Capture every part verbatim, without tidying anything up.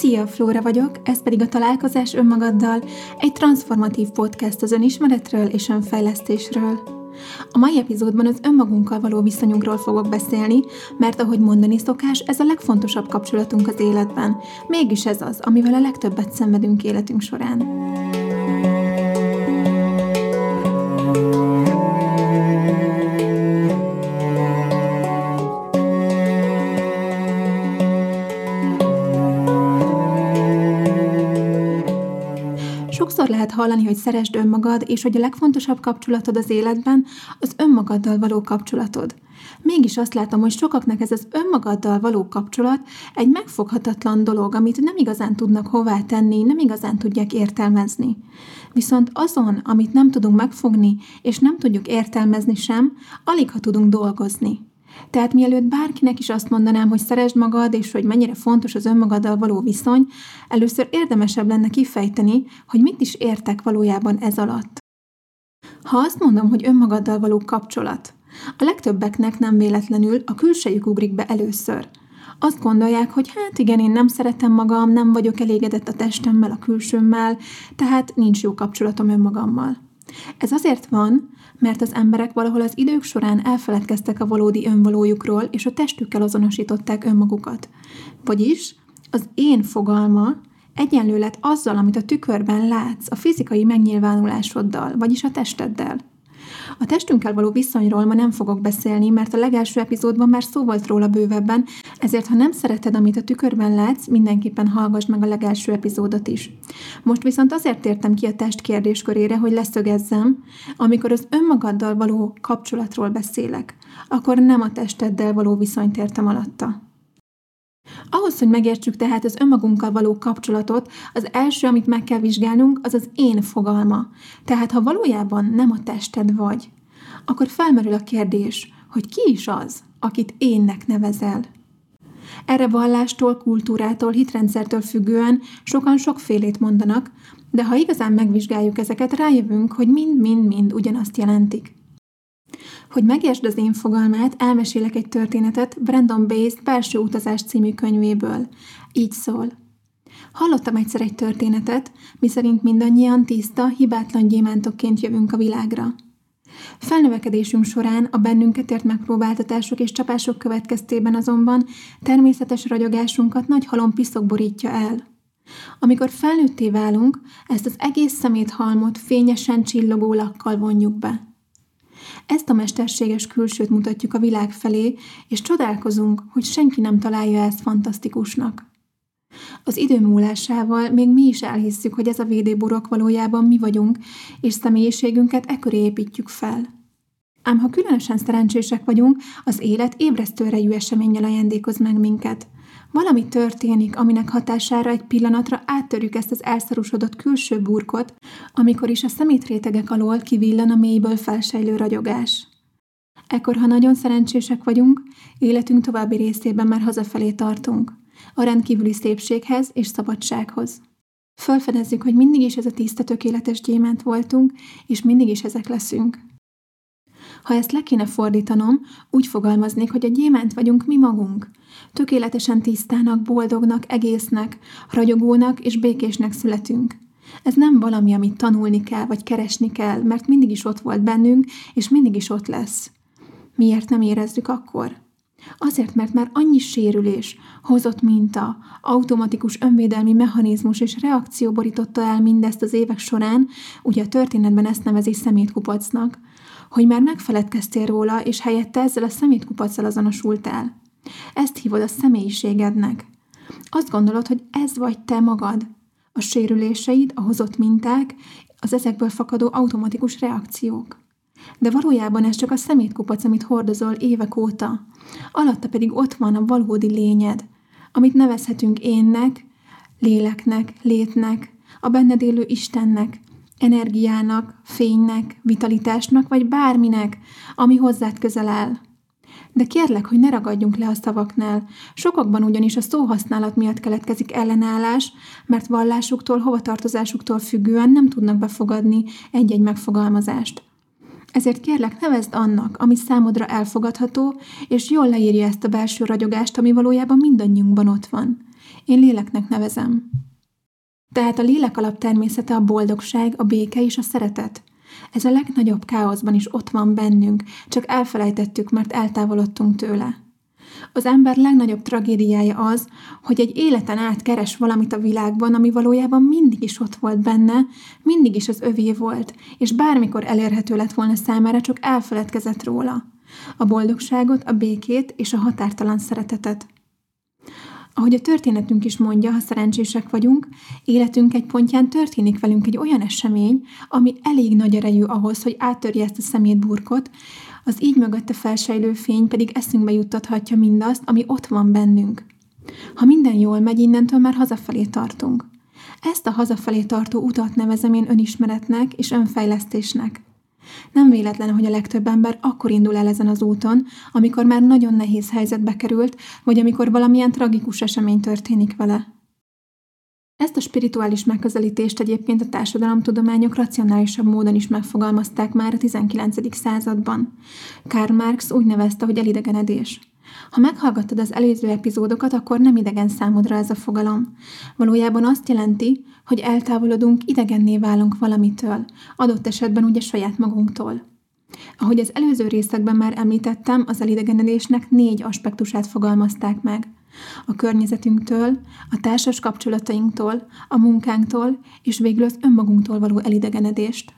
Szia, Flóra vagyok, ez pedig a Találkozás önmagaddal, egy transformatív podcast az önismeretről és önfejlesztésről. A mai epizódban az önmagunkkal való viszonyunkról fogok beszélni, mert ahogy mondani szokás, ez a legfontosabb kapcsolatunk az életben. Mégis ez az, amivel a legtöbbet szenvedünk életünk során. Sokszor lehet hallani, hogy szeresd önmagad, és hogy a legfontosabb kapcsolatod az életben az önmagaddal való kapcsolatod. Mégis azt látom, hogy sokaknak ez az önmagaddal való kapcsolat egy megfoghatatlan dolog, amit nem igazán tudnak hová tenni, nem igazán tudják értelmezni. Viszont azon, amit nem tudunk megfogni, és nem tudjuk értelmezni sem, alig ha tudunk dolgozni. Tehát mielőtt bárkinek is azt mondanám, hogy szeresd magad, és hogy mennyire fontos az önmagaddal való viszony, először érdemesebb lenne kifejteni, hogy mit is értek valójában ez alatt. Ha azt mondom, hogy önmagaddal való kapcsolat, a legtöbbeknek nem véletlenül a külsejük ugrik be először. Azt gondolják, hogy hát igen, én nem szeretem magam, nem vagyok elégedett a testemmel, a külsőmmel, tehát nincs jó kapcsolatom önmagammal. Ez azért van, mert az emberek valahol az idők során elfeledkeztek a valódi önvalójukról, és a testükkel azonosították önmagukat. Vagyis az én fogalma egyenlő lett azzal, amit a tükörben látsz, a fizikai megnyilvánulásoddal, vagyis a testeddel. A testünkkel való viszonyról ma nem fogok beszélni, mert a legelső epizódban már szó volt róla bővebben, ezért ha nem szereted, amit a tükörben látsz, mindenképpen hallgass meg a legelső epizódot is. Most viszont azért tértem ki a test kérdéskörére, hogy leszögezzem, amikor az önmagaddal való kapcsolatról beszélek, akkor nem a testeddel való viszonyt értem alatta. Ahhoz, hogy megértsük tehát az önmagunkkal való kapcsolatot, az első, amit meg kell vizsgálnunk, az az én fogalma. Tehát ha valójában nem a tested vagy, akkor felmerül a kérdés, hogy ki is az, akit énnek nevezel. Erre vallástól, kultúrától, hitrendszertől függően sokan sokfélét mondanak, de ha igazán megvizsgáljuk ezeket, rájövünk, hogy mind-mind-mind ugyanazt jelentik. Hogy megértsd az én fogalmát, elmesélek egy történetet Brandon Bayes Belső utazás című könyvéből. Így szól. Hallottam egyszer egy történetet, miszerint mindannyian tiszta, hibátlan gyémántokként jövünk a világra. Felnövekedésünk során a bennünket ért megpróbáltatások és csapások következtében azonban természetes ragyogásunkat nagy halom piszok borítja el. Amikor felnőtté válunk, ezt az egész szeméthalmot fényesen csillogó lakkal vonjuk be. Ezt a mesterséges külsőt mutatjuk a világ felé, és csodálkozunk, hogy senki nem találja ezt fantasztikusnak. Az idő múlásával még mi is elhisszük, hogy ez a védőburok valójában mi vagyunk, és személyiségünket e köré építjük fel. Ám ha különösen szerencsések vagyunk, az élet ébresztő erejű eseménnyel ajándékoz meg minket. Valami történik, aminek hatására egy pillanatra áttörjük ezt az elszarusodott külső burkot, amikor is a szemétrétegek alól kivillan a mélyből felsejlő ragyogás. Ekkor, ha nagyon szerencsések vagyunk, életünk további részében már hazafelé tartunk, a rendkívüli szépséghez és szabadsághoz. Fölfedezzük, hogy mindig is ez a tiszta, tökéletes gyémánt voltunk, és mindig is ezek leszünk. Ha ezt le kéne fordítanom, úgy fogalmaznék, hogy a gyémánt vagyunk mi magunk. Tökéletesen tisztának, boldognak, egésznek, ragyogónak és békésnek születünk. Ez nem valami, amit tanulni kell, vagy keresni kell, mert mindig is ott volt bennünk, és mindig is ott lesz. Miért nem érezzük akkor? Azért, mert már annyi sérülés, hozott minta, automatikus önvédelmi mechanizmus és reakció borította el mindezt az évek során, ugye a történetben ezt nevezi szemétkupacnak, hogy már megfeledkeztél róla, és helyette ezzel a szemétkupaccal azonosultál. Ezt hívod a személyiségednek. Azt gondolod, hogy ez vagy te magad. A sérüléseid, a hozott minták, az ezekből fakadó automatikus reakciók. De valójában ez csak a szemétkupac, amit hordozol évek óta. Alatta pedig ott van a valódi lényed, amit nevezhetünk énnek, léleknek, létnek, a benned élő Istennek, energiának, fénynek, vitalitásnak, vagy bárminek, ami hozzád közel áll. De kérlek, hogy ne ragadjunk le a szavaknál. Sokakban ugyanis a szóhasználat miatt keletkezik ellenállás, mert vallásuktól, hovatartozásuktól függően nem tudnak befogadni egy-egy megfogalmazást. Ezért kérlek, nevezd annak, ami számodra elfogadható, és jól leírja ezt a belső ragyogást, ami valójában mindannyiunkban ott van. Én léleknek nevezem. Tehát a lélek alaptermészete a boldogság, a béke és a szeretet. Ez a legnagyobb káoszban is ott van bennünk, csak elfelejtettük, mert eltávolodtunk tőle. Az ember legnagyobb tragédiája az, hogy egy életen át keres valamit a világban, ami valójában mindig is ott volt benne, mindig is az övé volt, és bármikor elérhető lett volna számára, csak elfeledkezett róla. A boldogságot, a békét és a határtalan szeretetet. Ahogy a történetünk is mondja, ha szerencsések vagyunk, életünk egy pontján történik velünk egy olyan esemény, ami elég nagy erejű ahhoz, hogy áttörje ezt a szemétburkot, az így mögötte felsejlő fény pedig eszünkbe juttathatja mindazt, ami ott van bennünk. Ha minden jól megy, innentől már hazafelé tartunk. Ezt a hazafelé tartó utat nevezem én önismeretnek és önfejlesztésnek. Nem véletlen, hogy a legtöbb ember akkor indul el ezen az úton, amikor már nagyon nehéz helyzetbe került, vagy amikor valamilyen tragikus esemény történik vele. Ezt a spirituális megközelítést egyébként a társadalomtudományok racionálisabb módon is megfogalmazták már a tizenkilencedik században. Karl Marx úgy nevezte, hogy elidegenedés. Ha meghallgattad az előző epizódokat, akkor nem idegen számodra ez a fogalom. Valójában azt jelenti, hogy eltávolodunk, idegenné válunk valamitől, adott esetben ugye saját magunktól. Ahogy az előző részekben már említettem, az elidegenedésnek négy aspektusát fogalmazták meg. A környezetünktől, a társas kapcsolatainktól, a munkánktól, és végül az önmagunktól való elidegenedést.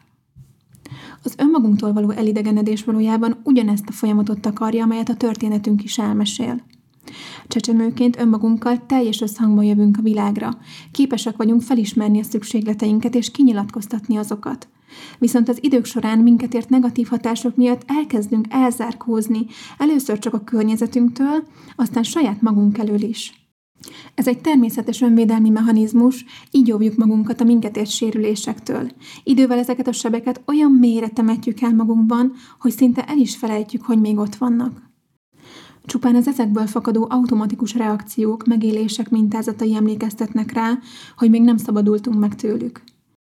Az önmagunktól való elidegenedés valójában ugyanezt a folyamatot takarja, amelyet a történetünk is elmesél. Csecsemőként önmagunkkal teljes összhangban jövünk a világra. Képesek vagyunk felismerni a szükségleteinket és kinyilatkoztatni azokat. Viszont az idők során minket ért negatív hatások miatt elkezdünk elzárkózni, először csak a környezetünktől, aztán saját magunk elől is. Ez egy természetes önvédelmi mechanizmus, így óvjuk magunkat a minket ért sérülésektől. Idővel ezeket a sebeket olyan mélyre temetjük el magunkban, hogy szinte el is felejtjük, hogy még ott vannak. Csupán az ezekből fakadó automatikus reakciók, megélések mintázatai emlékeztetnek rá, hogy még nem szabadultunk meg tőlük.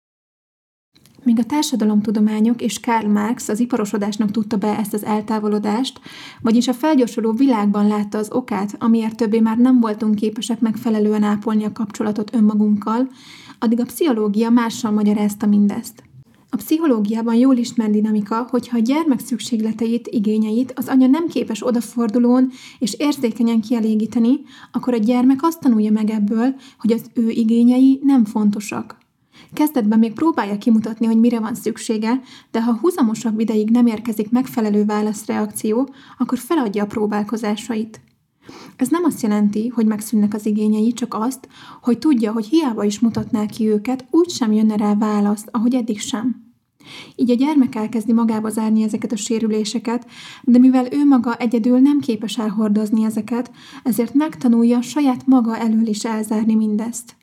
Míg a társadalomtudományok és Karl Marx az iparosodásnak tudta be ezt az eltávolodást, vagyis a felgyorsuló világban látta az okát, amiért többé már nem voltunk képesek megfelelően ápolni a kapcsolatot önmagunkkal, addig a pszichológia mással magyarázta mindezt. A pszichológiában jól ismert dinamika, hogyha a gyermek szükségleteit, igényeit az anya nem képes odafordulón és érzékenyen kielégíteni, akkor a gyermek azt tanulja meg ebből, hogy az ő igényei nem fontosak. Kezdetben még próbálja kimutatni, hogy mire van szüksége, de ha húzamosabb ideig nem érkezik megfelelő válaszreakció, akkor feladja a próbálkozásait. Ez nem azt jelenti, hogy megszűnnek az igényei, csak azt, hogy tudja, hogy hiába is mutatná ki őket, úgysem jönne rá választ, ahogy eddig sem. Így a gyermek elkezdi magába zárni ezeket a sérüléseket, de mivel ő maga egyedül nem képes elhordozni ezeket, ezért megtanulja saját maga elől is elzárni mindezt.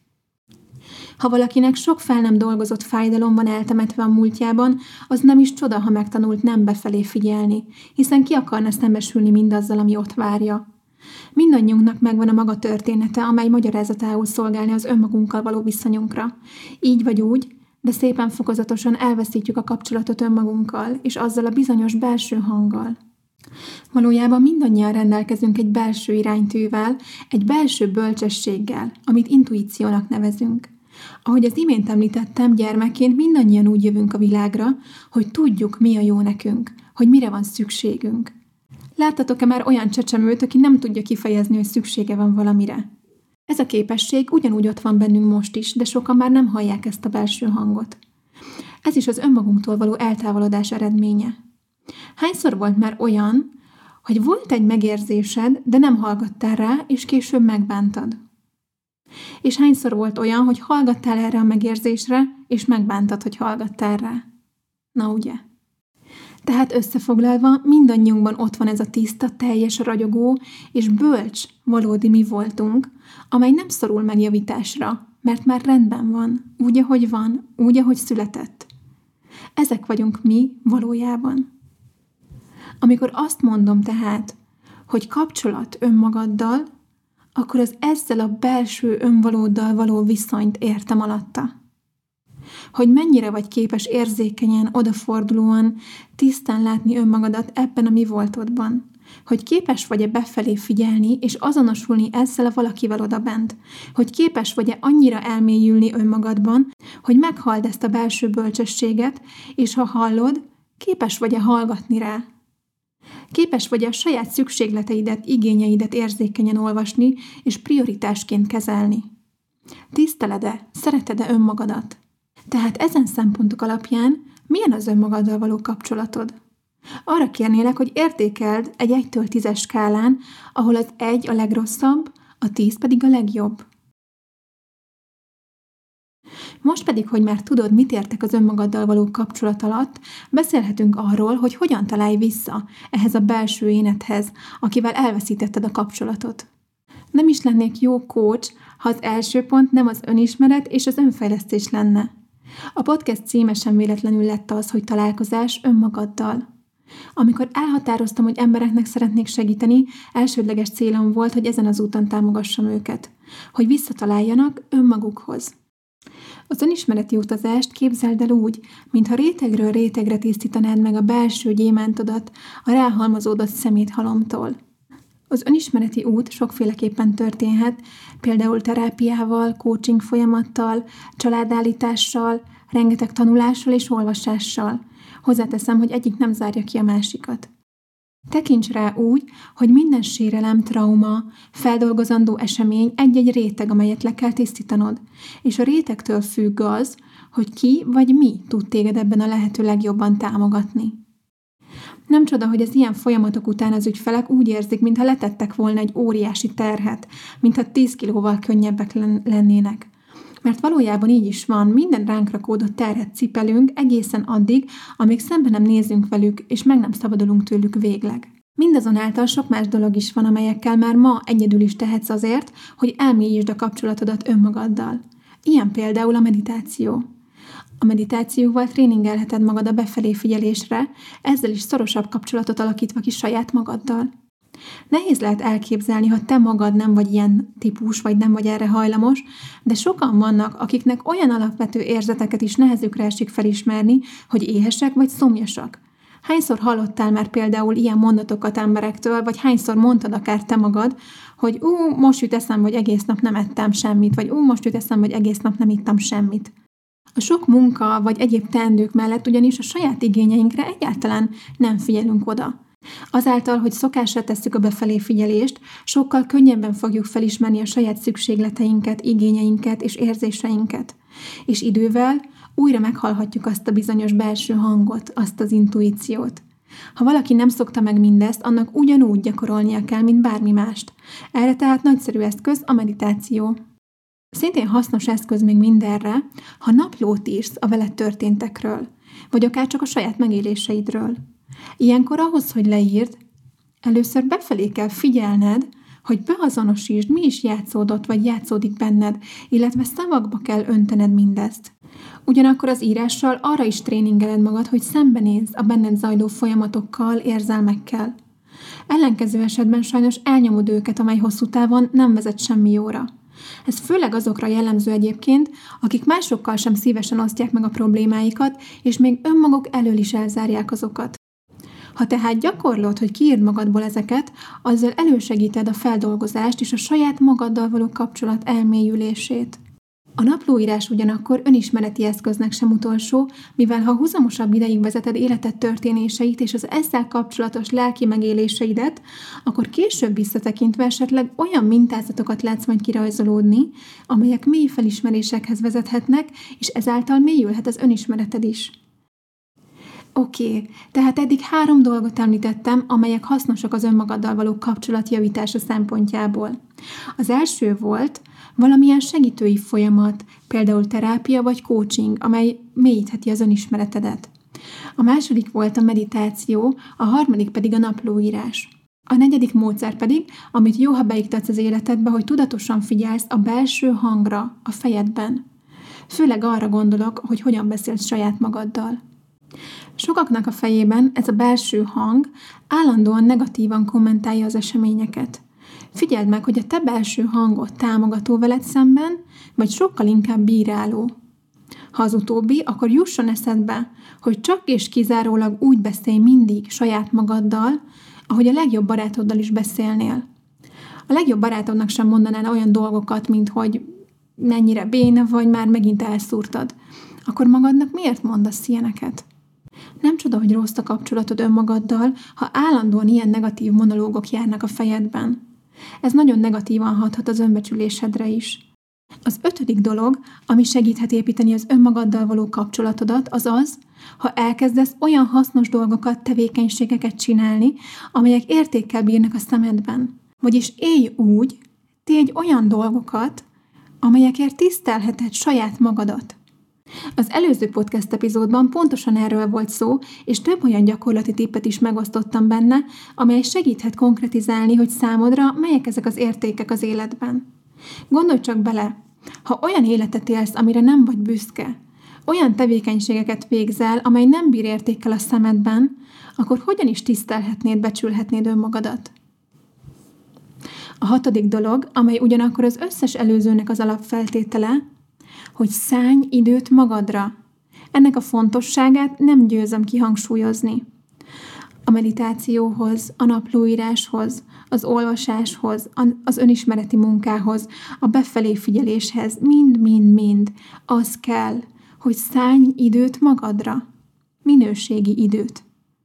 Ha valakinek sok fel nem dolgozott fájdalom van eltemetve a múltjában, az nem is csoda, ha megtanult nem befelé figyelni, hiszen ki akarna szembesülni mindazzal, ami ott várja. Mindannyiunknak megvan a maga története, amely magyarázatául szolgálni az önmagunkkal való viszonyunkra. Így vagy úgy, de szépen fokozatosan elveszítjük a kapcsolatot önmagunkkal, és azzal a bizonyos belső hanggal. Valójában mindannyian rendelkezünk egy belső iránytűvel, egy belső bölcsességgel, amit intuíciónak nevezünk. Ahogy az imént említettem, gyermekként mindannyian úgy jövünk a világra, hogy tudjuk, mi a jó nekünk, hogy mire van szükségünk. Láttatok-e már olyan csecsemőt, aki nem tudja kifejezni, hogy szüksége van valamire? Ez a képesség ugyanúgy ott van bennünk most is, de sokan már nem hallják ezt a belső hangot. Ez is az önmagunktól való eltávolodás eredménye. Hányszor volt már olyan, hogy volt egy megérzésed, de nem hallgattál rá, és később megbántad? És hányszor volt olyan, hogy hallgattál erre a megérzésre, és megbántad, hogy hallgattál rá? Na ugye? Tehát összefoglalva, mindannyiunkban ott van ez a tiszta, teljes, ragyogó és bölcs, valódi mi voltunk, amely nem szorul megjavításra, mert már rendben van, úgy, ahogy van, úgy, ahogy született. Ezek vagyunk mi valójában. Amikor azt mondom tehát, hogy kapcsolat önmagaddal, akkor az ezzel a belső önvalóddal való viszonyt értem alatta. Hogy mennyire vagy képes érzékenyen, odafordulóan, tisztán látni önmagadat ebben a mi voltodban. Hogy képes vagy-e befelé figyelni, és azonosulni ezzel a valakivel odabent. Hogy képes vagy-e annyira elmélyülni önmagadban, hogy meghalld ezt a belső bölcsességet, és ha hallod, képes vagy-e hallgatni rá. Képes vagy-e a saját szükségleteidet, igényeidet érzékenyen olvasni, és prioritásként kezelni. Tiszteled-e, szereted-e önmagadat? Tehát ezen szempontok alapján milyen az önmagaddal való kapcsolatod? Arra kérnélek, hogy értékeld egy egytől tízes skálán, ahol az egy a legrosszabb, a tíz pedig a legjobb. Most pedig, hogy már tudod, mit értek az önmagaddal való kapcsolat alatt, beszélhetünk arról, hogy hogyan találj vissza ehhez a belső énedhez, akivel elveszítetted a kapcsolatot. Nem is lennék jó coach, ha az első pont nem az önismeret és az önfejlesztés lenne. A podcast címe sem véletlenül lett az, hogy találkozás önmagaddal. Amikor elhatároztam, hogy embereknek szeretnék segíteni, elsődleges célom volt, hogy ezen az úton támogassam őket, hogy visszataláljanak önmagukhoz. Az önismereti utazást képzeld el úgy, mintha rétegről rétegre tisztítanád meg a belső gyémántodat a ráhalmozódott szeméthalomtól. Az önismereti út sokféleképpen történhet, például terápiával, coaching folyamattal, családállítással, rengeteg tanulással és olvasással. Hozzáteszem, hogy egyik nem zárja ki a másikat. Tekints rá úgy, hogy minden sérelem, trauma, feldolgozandó esemény egy-egy réteg, amelyet le kell tisztítanod, és a rétegtől függ az, hogy ki vagy mi tud téged ebben a lehető legjobban támogatni. Nem csoda, hogy az ilyen folyamatok után az ügyfelek úgy érzik, mintha letettek volna egy óriási terhet, mintha tíz kilóval könnyebbek lennének. Mert valójában így is van, minden ránk rakódott terhet cipelünk egészen addig, amíg szembe nem nézünk velük, és meg nem szabadulunk tőlük végleg. Mindazonáltal sok más dolog is van, amelyekkel már ma egyedül is tehetsz azért, hogy elmélyítsd a kapcsolatodat önmagaddal. Ilyen például a meditáció. A meditációval tréningelheted magad a befelé figyelésre, ezzel is szorosabb kapcsolatot alakítva ki saját magaddal. Nehéz lehet elképzelni, ha te magad nem vagy ilyen típus, vagy nem vagy erre hajlamos, de sokan vannak, akiknek olyan alapvető érzeteket is nehezükre esik felismerni, hogy éhesek vagy szomjasak. Hányszor hallottál már például ilyen mondatokat emberektől, vagy hányszor mondtad akár te magad, hogy ú, most jut eszembe, hogy egész nap nem ettem semmit, vagy ú, most jut eszembe, hogy egész nap nem ittam semmit. A sok munka vagy egyéb teendők mellett ugyanis a saját igényeinkre egyáltalán nem figyelünk oda. Azáltal, hogy szokásra tesszük a befelé figyelést, sokkal könnyebben fogjuk felismerni a saját szükségleteinket, igényeinket és érzéseinket. És idővel újra meghallhatjuk azt a bizonyos belső hangot, azt az intuíciót. Ha valaki nem szokta meg mindezt, annak ugyanúgy gyakorolnia kell, mint bármi mást. Erre tehát nagyszerű eszköz a meditáció. Szintén hasznos eszköz még mindenre, ha naplót írsz a veled történtekről, vagy akár csak a saját megéléseidről. Ilyenkor ahhoz, hogy leírd, először befelé kell figyelned, hogy beazonosítsd, mi is játszódott vagy játszódik benned, illetve szavakba kell öntened mindezt. Ugyanakkor az írással arra is tréningeled magad, hogy szembenézz a benned zajló folyamatokkal, érzelmekkel. Ellenkező esetben sajnos elnyomod őket, amely hosszú távon nem vezet semmi jóra. Ez főleg azokra jellemző egyébként, akik másokkal sem szívesen osztják meg a problémáikat, és még önmaguk elől is elzárják azokat. Ha tehát gyakorlod, hogy kiírd magadból ezeket, azzal elősegíted a feldolgozást és a saját magaddal való kapcsolat elmélyülését. A naplóírás ugyanakkor önismereti eszköznek sem utolsó, mivel ha huzamosabb ideig vezeted életed történéseit és az ezzel kapcsolatos lelki megéléseidet, akkor később visszatekintve esetleg olyan mintázatokat látsz majd kirajzolódni, amelyek mély felismerésekhez vezethetnek, és ezáltal mélyülhet az önismereted is. Oké, okay, tehát eddig három dolgot említettem, amelyek hasznosak az önmagaddal való kapcsolat javítása szempontjából. Az első volt valamilyen segítői folyamat, például terápia vagy coaching, amely mélyítheti az önismeretedet. A második volt a meditáció, a harmadik pedig a naplóírás. A negyedik módszer pedig, amit jó, ha beiktatsz az életedbe, hogy tudatosan figyelsz a belső hangra a fejedben. Főleg arra gondolok, hogy hogyan beszélsz saját magaddal. Sokaknak a fejében ez a belső hang állandóan negatívan kommentálja az eseményeket. Figyeld meg, hogy a te belső hangod támogató veled szemben, vagy sokkal inkább bíráló. Ha az utóbbi, akkor jusson eszedbe, hogy csak és kizárólag úgy beszélj mindig saját magaddal, ahogy a legjobb barátoddal is beszélnél. A legjobb barátodnak sem mondanál olyan dolgokat, mint hogy mennyire béna vagy, már megint elszúrtad. Akkor magadnak miért mondasz ilyeneket? Nem csoda, hogy rossz a kapcsolatod önmagaddal, ha állandóan ilyen negatív monológok járnak a fejedben. Ez nagyon negatívan hathat az önbecsülésedre is. Az ötödik dolog, ami segíthet építeni az önmagaddal való kapcsolatodat, az az, ha elkezdesz olyan hasznos dolgokat, tevékenységeket csinálni, amelyek értékkel bírnak a szemedben. Vagyis élj úgy, tégy olyan dolgokat, amelyekért tisztelheted saját magadat. Az előző podcast epizódban pontosan erről volt szó, és több olyan gyakorlati tippet is megosztottam benne, amely segíthet konkretizálni, hogy számodra melyek ezek az értékek az életben. Gondolj csak bele, ha olyan életet élsz, amire nem vagy büszke, olyan tevékenységeket végzel, amely nem bír értékkel a szemedben, akkor hogyan is tisztelhetnéd, becsülhetnéd önmagadat? A hatodik dolog, amely ugyanakkor az összes előzőnek az alapfeltétele, hogy szállj időt magadra. Ennek a fontosságát nem győzöm kihangsúlyozni. A meditációhoz, a naplóíráshoz, az olvasáshoz, az önismereti munkához, a befelé figyeléshez, mind-mind-mind az kell, hogy szállj időt magadra. Minőségi időt.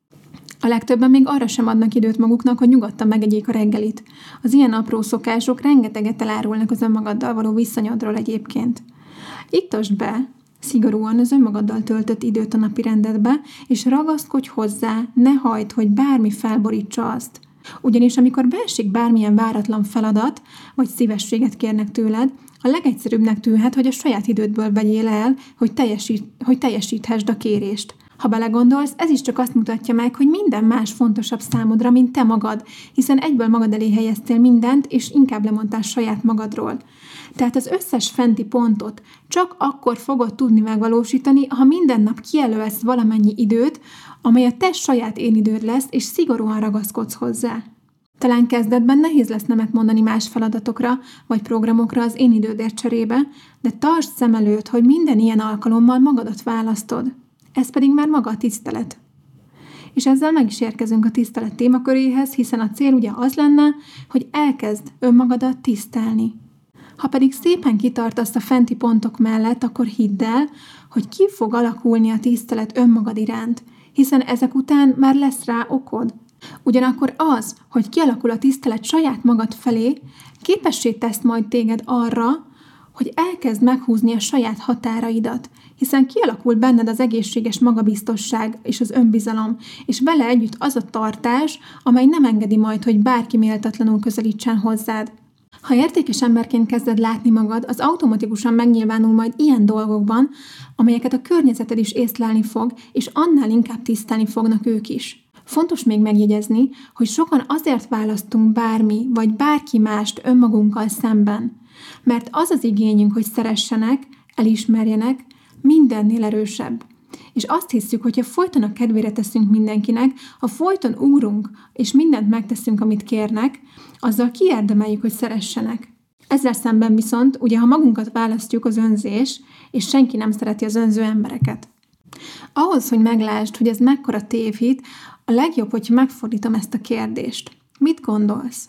A legtöbben még arra sem adnak időt maguknak, hogy nyugodtan megegyék a reggelit. Az ilyen apró szokások rengeteget elárulnak az önmagaddal való viszonyodról egyébként. Iktasd be szigorúan az önmagaddal töltött időt a napi rendedbe, és ragaszkodj hozzá, ne hagyd, hogy bármi felborítsa azt. Ugyanis amikor beesik bármilyen váratlan feladat, vagy szívességet kérnek tőled, a legegyszerűbbnek tűnhet, hogy a saját idődből vegyél el, hogy, teljesít, hogy teljesíthesd a kérést. Ha belegondolsz, ez is csak azt mutatja meg, hogy minden más fontosabb számodra, mint te magad, hiszen egyből magad elé helyeztél mindent, és inkább lemondtál saját magadról. Tehát az összes fenti pontot csak akkor fogod tudni megvalósítani, ha minden nap kijelölsz valamennyi időt, amely a te saját én időd lesz, és szigorúan ragaszkodsz hozzá. Talán kezdetben nehéz lesz nemet mondani más feladatokra, vagy programokra az én idődért cserébe, de tartsd szem előtt, hogy minden ilyen alkalommal magadat választod. Ez pedig már maga a tisztelet. És ezzel meg is érkezünk a tisztelet témaköréhez, hiszen a cél ugye az lenne, hogy elkezd önmagadat tisztelni. Ha pedig szépen kitartasz a fenti pontok mellett, akkor hidd el, hogy ki fog alakulni a tisztelet önmagad iránt, hiszen ezek után már lesz rá okod. Ugyanakkor az, hogy kialakul a tisztelet saját magad felé, képessé tesz majd téged arra, hogy elkezd meghúzni a saját határaidat, hiszen kialakul benned az egészséges magabiztosság és az önbizalom, és vele együtt az a tartás, amely nem engedi majd, hogy bárki méltatlanul közelítsen hozzád. Ha értékes emberként kezded látni magad, az automatikusan megnyilvánul majd ilyen dolgokban, amelyeket a környezeted is észlelni fog, és annál inkább tisztelni fognak ők is. Fontos még megjegyezni, hogy sokan azért választunk bármi vagy bárki mást önmagunkkal szemben, mert az az igényünk, hogy szeressenek, elismerjenek, mindennél erősebb. És azt hiszük, hogy ha folyton a kedvére teszünk mindenkinek, ha folyton ugrunk, és mindent megteszünk, amit kérnek, azzal kiérdemeljük, hogy szeressenek. Ezzel szemben viszont, ugye, ha magunkat választjuk, az önzés, és senki nem szereti az önző embereket. Ahhoz, hogy meglásd, hogy ez mekkora tévhit, a legjobb, hogyha megfordítom ezt a kérdést. Mit gondolsz?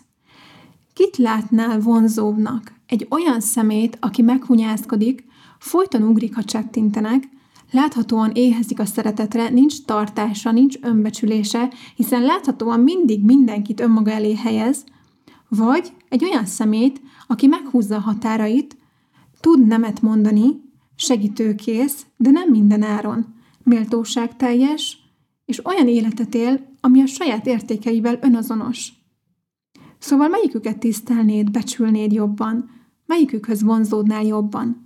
Kit látnál vonzóbbnak? Egy olyan szemét, aki meghunyászkodik, folyton ugrik, ha csettintenek, láthatóan éhezik a szeretetre, nincs tartása, nincs önbecsülése, hiszen láthatóan mindig mindenkit önmaga elé helyez, vagy egy olyan szemét, aki meghúzza a határait, tud nemet mondani, segítőkész, de nem minden áron, méltóságteljes, és olyan életet él, ami a saját értékeivel önazonos. Szóval melyiküket tisztelnéd, becsülnéd jobban? Melyikükhöz vonzódnál jobban?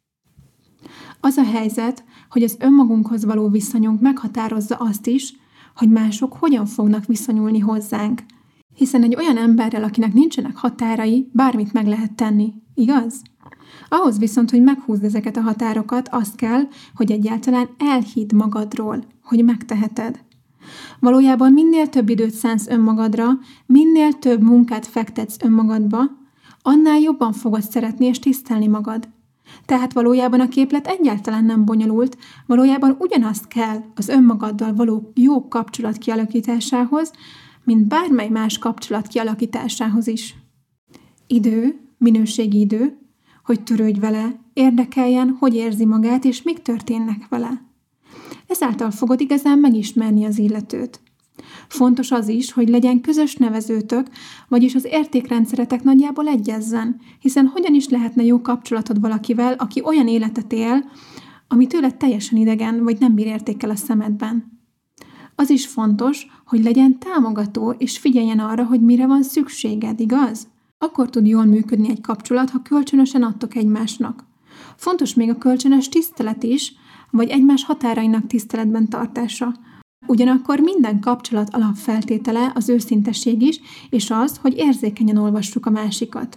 Az a helyzet, hogy az önmagunkhoz való viszonyunk meghatározza azt is, hogy mások hogyan fognak viszonyulni hozzánk. Hiszen egy olyan emberrel, akinek nincsenek határai, bármit meg lehet tenni, igaz? Ahhoz viszont, hogy meghúzd ezeket a határokat, az kell, hogy egyáltalán elhidd magadról, hogy megteheted. Valójában minél több időt szánsz önmagadra, minél több munkát fektetsz önmagadba, annál jobban fogod szeretni és tisztelni magad. Tehát valójában a képlet egyáltalán nem bonyolult, valójában ugyanazt kell az önmagaddal való jó kapcsolat kialakításához, mint bármely más kapcsolat kialakításához is. Idő, minőségi idő, hogy törődj vele, érdekeljen, hogy érzi magát, és mik történnek vele. Ezáltal fogod igazán megismerni az illetőt. Fontos az is, hogy legyen közös nevezőtök, vagyis az értékrendszeretek nagyjából egyezzen, hiszen hogyan is lehetne jó kapcsolatod valakivel, aki olyan életet él, ami tőled teljesen idegen, vagy nem bír értékkel a szemedben. Az is fontos, hogy legyen támogató, és figyeljen arra, hogy mire van szükséged, igaz? Akkor tud jól működni egy kapcsolat, ha kölcsönösen adtok egymásnak. Fontos még a kölcsönös tisztelet is, vagy egymás határainak tiszteletben tartása. Ugyanakkor minden kapcsolat alapfeltétele az őszintesség is, és az, hogy érzékenyen olvassuk a másikat.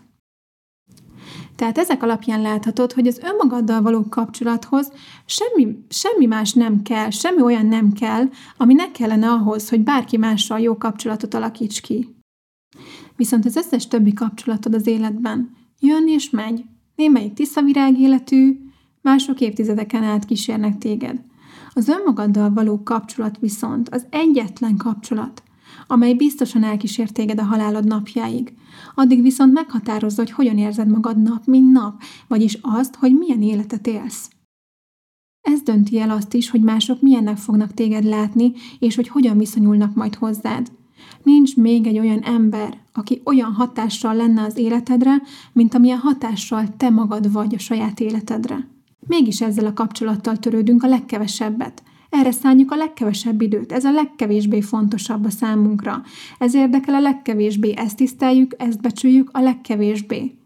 Tehát ezek alapján láthatod, hogy az önmagaddal való kapcsolathoz semmi, semmi más nem kell, semmi olyan nem kell, ami ne kellene ahhoz, hogy bárki mással jó kapcsolatot alakíts ki. Viszont az összes többi kapcsolatod az életben jön és megy, némelyik tiszavirág életű, mások évtizedeken át kísérnek téged. Az önmagaddal való kapcsolat viszont az egyetlen kapcsolat, amely biztosan elkísér téged a halálod napjáig. Addig viszont meghatározza, hogy hogyan érzed magad nap, mint nap, vagyis azt, hogy milyen életet élsz. Ez dönti el azt is, hogy mások milyennek fognak téged látni, és hogy hogyan viszonyulnak majd hozzád. Nincs még egy olyan ember, aki olyan hatással lenne az életedre, mint amilyen hatással te magad vagy a saját életedre. Mégis ezzel a kapcsolattal törődünk a legkevesebbet. Erre szánjuk a legkevesebb időt, ez a legkevésbé fontosabb a számunkra. Ez érdekel a legkevésbé, ezt tiszteljük, ezt becsüljük a legkevésbé.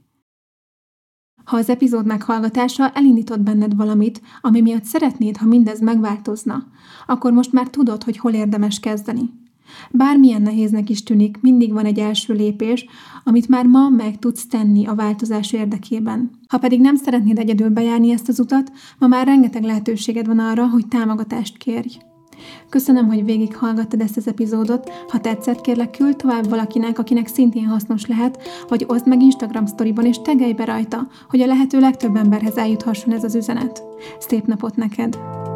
Ha az epizód meghallgatása elindított benned valamit, ami miatt szeretnéd, ha mindez megváltozna, akkor most már tudod, hogy hol érdemes kezdeni. Bármilyen nehéznek is tűnik, mindig van egy első lépés, amit már ma meg tudsz tenni a változás érdekében. Ha pedig nem szeretnéd egyedül bejárni ezt az utat, ma már rengeteg lehetőséged van arra, hogy támogatást kérj. Köszönöm, hogy végighallgattad ezt az epizódot. Ha tetszett, kérlek, küld tovább valakinek, akinek szintén hasznos lehet, vagy oszd meg Instagram sztoriban, és tegelj be rajta, hogy a lehető legtöbb emberhez eljuthasson ez az üzenet. Szép napot neked!